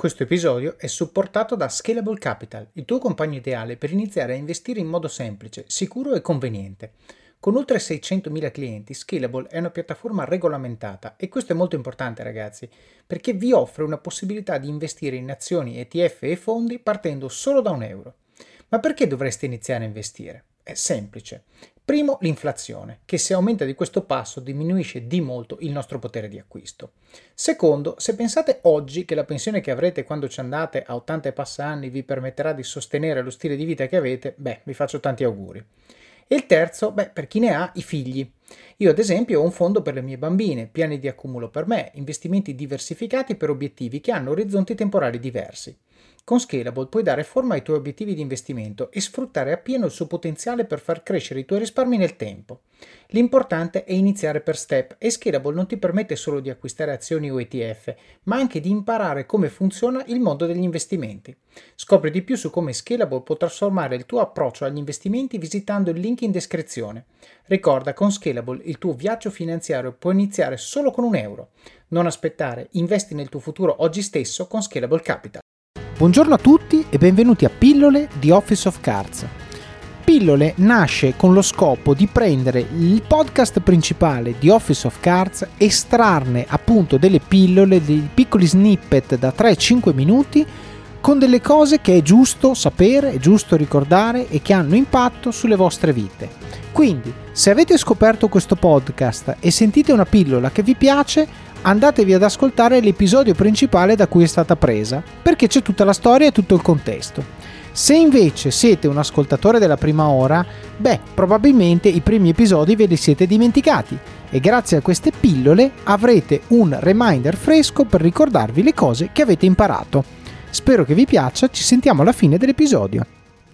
Questo episodio è supportato da Scalable Capital, il tuo compagno ideale per iniziare a investire in modo semplice, sicuro e conveniente. Con oltre 600.000 clienti, Scalable è una piattaforma regolamentata e questo è molto importante, ragazzi, perché vi offre una possibilità di investire in azioni, ETF e fondi partendo solo da €1. Ma perché dovreste iniziare a investire? È semplice. Primo, l'inflazione, che se aumenta di questo passo diminuisce di molto il nostro potere di acquisto. Secondo, se pensate oggi che la pensione che avrete quando ci andate a 80 e passa anni vi permetterà di sostenere lo stile di vita che avete, vi faccio tanti auguri. E il terzo, per chi ne ha, i figli. Io ad esempio ho un fondo per le mie bambine, piani di accumulo per me, investimenti diversificati per obiettivi che hanno orizzonti temporali diversi. Con Scalable puoi dare forma ai tuoi obiettivi di investimento e sfruttare appieno il suo potenziale per far crescere i tuoi risparmi nel tempo. L'importante è iniziare per step e Scalable non ti permette solo di acquistare azioni o ETF, ma anche di imparare come funziona il mondo degli investimenti. Scopri di più su come Scalable può trasformare il tuo approccio agli investimenti visitando il link in descrizione. Ricorda, con Scalable il tuo viaggio finanziario può iniziare solo con €1. Non aspettare, investi nel tuo futuro oggi stesso con Scalable Capital. Buongiorno a tutti e benvenuti a Pillole di Office of Cards. Pillole nasce con lo scopo di prendere il podcast principale di Office of Cards, estrarne appunto delle pillole, dei piccoli snippet da 3-5 minuti con delle cose che è giusto sapere, è giusto ricordare e che hanno impatto sulle vostre vite. Quindi, se avete scoperto questo podcast e sentite una pillola che vi piace, andatevi ad ascoltare l'episodio principale da cui è stata presa, perché c'è tutta la storia e tutto il contesto. Se invece siete un ascoltatore della prima ora, probabilmente i primi episodi ve li siete dimenticati e grazie a queste pillole avrete un reminder fresco per ricordarvi le cose che avete imparato. Spero che vi piaccia, ci sentiamo alla fine dell'episodio.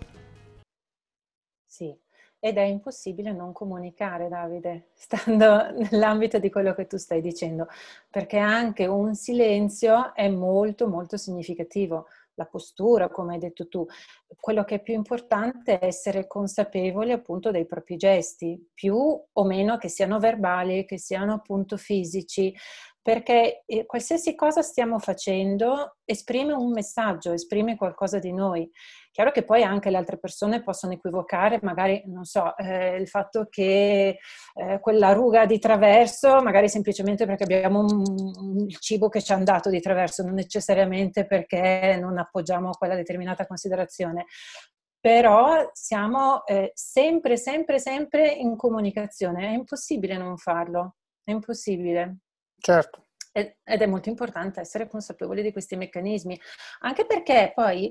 Sì, ed è impossibile non comunicare, Davide, stando nell'ambito di quello che tu stai dicendo, perché anche un silenzio è molto molto significativo. La postura, come hai detto tu, quello che è più importante è essere consapevoli appunto dei propri gesti, più o meno che siano verbali, che siano appunto fisici, perché qualsiasi cosa stiamo facendo esprime un messaggio, esprime qualcosa di noi. Chiaro che poi anche le altre persone possono equivocare, magari, non so, il fatto che quella ruga di traverso, magari semplicemente perché abbiamo il cibo che ci hanno dato di traverso, non necessariamente perché non appoggiamo quella determinata considerazione. Però siamo sempre, sempre, sempre in comunicazione, è impossibile non farlo, è impossibile. Certo. Ed è molto importante essere consapevoli di questi meccanismi, anche perché poi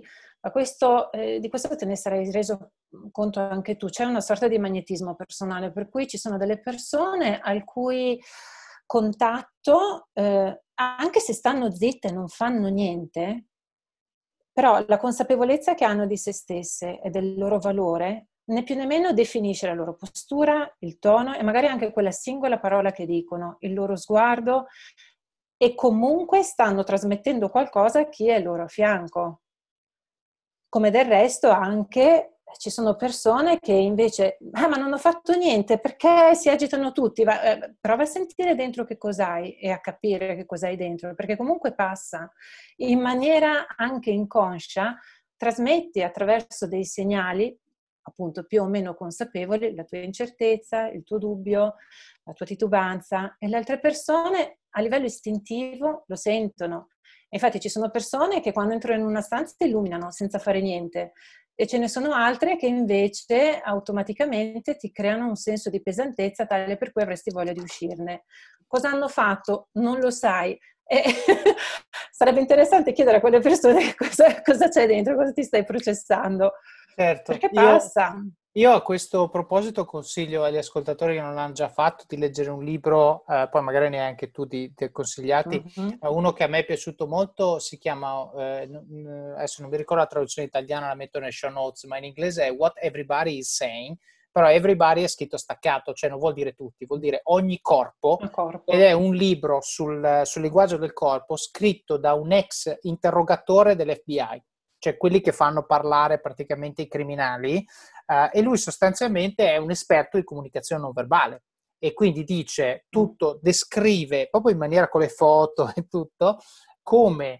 di questo te ne sarai reso conto anche tu, c'è una sorta di magnetismo personale, per cui ci sono delle persone al cui contatto, anche se stanno zitte e non fanno niente, però la consapevolezza che hanno di se stesse e del loro valore, né più né meno definisce la loro postura, il tono e magari anche quella singola parola che dicono, il loro sguardo, e comunque stanno trasmettendo qualcosa a chi è loro a fianco. Come del resto anche ci sono persone che invece, ma non ho fatto niente, perché si agitano tutti? Prova a sentire dentro che cos'hai e a capire che cos'hai dentro, perché comunque passa in maniera anche inconscia, trasmetti attraverso dei segnali, appunto più o meno consapevoli, la tua incertezza, il tuo dubbio, la tua titubanza, e le altre persone a livello istintivo lo sentono. Infatti ci sono persone che quando entrano in una stanza ti illuminano senza fare niente e ce ne sono altre che invece automaticamente ti creano un senso di pesantezza tale per cui avresti voglia di uscirne. Cosa hanno fatto? Non lo sai. E sarebbe interessante chiedere a quelle persone cosa c'è dentro, cosa ti stai processando. Certo, Perché passa. io a questo proposito consiglio agli ascoltatori che non l'hanno già fatto di leggere un libro, poi magari neanche tu ti consigliati. Uno che a me è piaciuto molto si chiama, adesso non mi ricordo la traduzione italiana, la metto nelle show notes, ma in inglese è What Everybody is Saying, però everybody è scritto staccato, cioè non vuol dire tutti, vuol dire ogni corpo, ed è un libro sul linguaggio del corpo scritto da un ex interrogatore dell'FBI. Cioè quelli che fanno parlare praticamente i criminali, e lui sostanzialmente è un esperto di comunicazione non verbale e quindi dice tutto, descrive proprio in maniera con le foto e tutto, come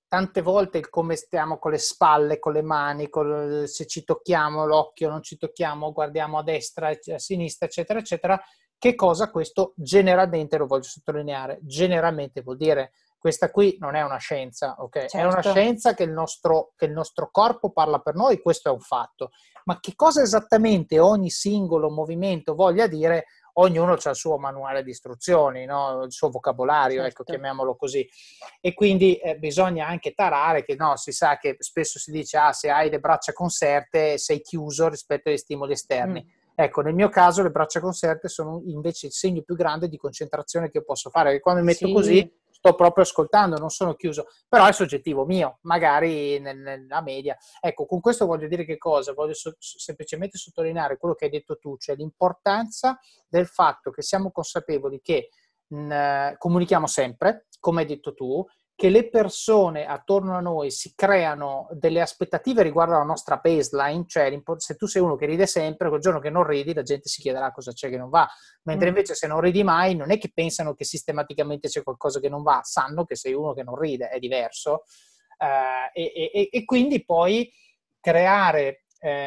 tante volte il come stiamo con le spalle, con le mani, se ci tocchiamo l'occhio, non ci tocchiamo, guardiamo a destra, a sinistra, eccetera, eccetera. Che cosa questo generalmente, lo voglio sottolineare, generalmente vuol dire? Questa qui non è una scienza, ok? Certo. È una scienza che il nostro corpo parla per noi, questo è un fatto. Ma che cosa esattamente ogni singolo movimento voglia dire, ognuno ha il suo manuale di istruzioni, no? Il suo vocabolario, Certo. ecco, chiamiamolo così. E quindi bisogna anche tarare che si sa che spesso si dice se hai le braccia conserte sei chiuso rispetto agli stimoli esterni. Ecco, nel mio caso le braccia conserte sono invece il segno più grande di concentrazione che io posso fare, perché quando mi metto così sto proprio ascoltando, non sono chiuso, però è soggettivo mio, magari nella media. Ecco, con questo voglio dire che cosa? Voglio semplicemente sottolineare quello che hai detto tu, cioè l'importanza del fatto che siamo consapevoli che comunichiamo sempre, come hai detto tu, che le persone attorno a noi si creano delle aspettative riguardo alla nostra baseline, cioè se tu sei uno che ride sempre, quel giorno che non ridi la gente si chiederà cosa c'è che non va, mentre invece se non ridi mai non è che pensano che sistematicamente c'è qualcosa che non va, sanno che sei uno che non ride, è diverso, e quindi poi creare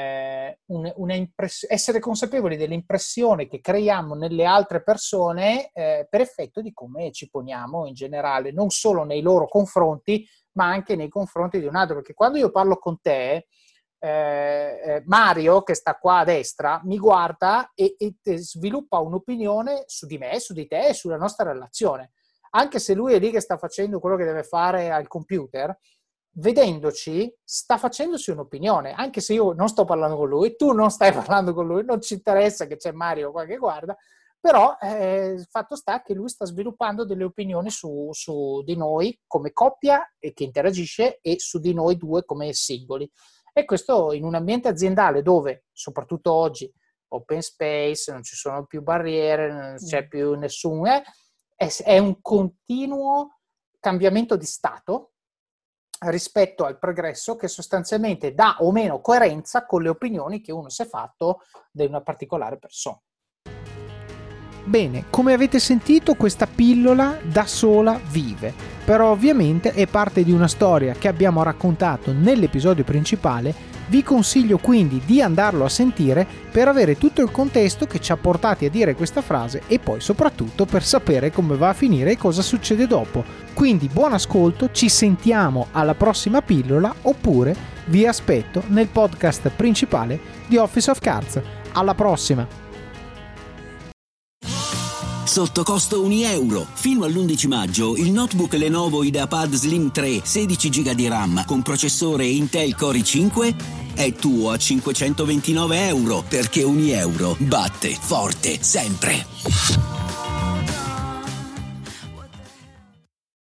essere consapevoli dell'impressione che creiamo nelle altre persone per effetto di come ci poniamo in generale, non solo nei loro confronti ma anche nei confronti di un altro, perché quando io parlo con te Mario, che sta qua a destra, mi guarda e sviluppa un'opinione su di me, su di te e sulla nostra relazione, anche se lui è lì che sta facendo quello che deve fare al computer. Vedendoci sta facendosi un'opinione, anche se io non sto parlando con lui, tu non stai parlando con lui, non ci interessa che c'è Mario qua che guarda, però il fatto sta che lui sta sviluppando delle opinioni su di noi come coppia e che interagisce e su di noi due come singoli, e questo in un ambiente aziendale dove soprattutto oggi open space, non ci sono più barriere, non c'è più nessun è un continuo cambiamento di stato rispetto al progresso che sostanzialmente dà o meno coerenza con le opinioni che uno si è fatto di una particolare persona. Bene, come avete sentito, questa pillola da sola vive, però ovviamente è parte di una storia che abbiamo raccontato nell'episodio principale. Vi consiglio quindi di andarlo a sentire per avere tutto il contesto che ci ha portati a dire questa frase e poi soprattutto per sapere come va a finire e cosa succede dopo. Quindi buon ascolto, ci sentiamo alla prossima pillola oppure vi aspetto nel podcast principale di Office of Cards. Alla prossima! Sotto costo €1. Fino all'11 maggio il notebook Lenovo IdeaPad Slim 3 16 GB di RAM con processore Intel Core i5 è tuo a €529, perché €1 batte forte sempre.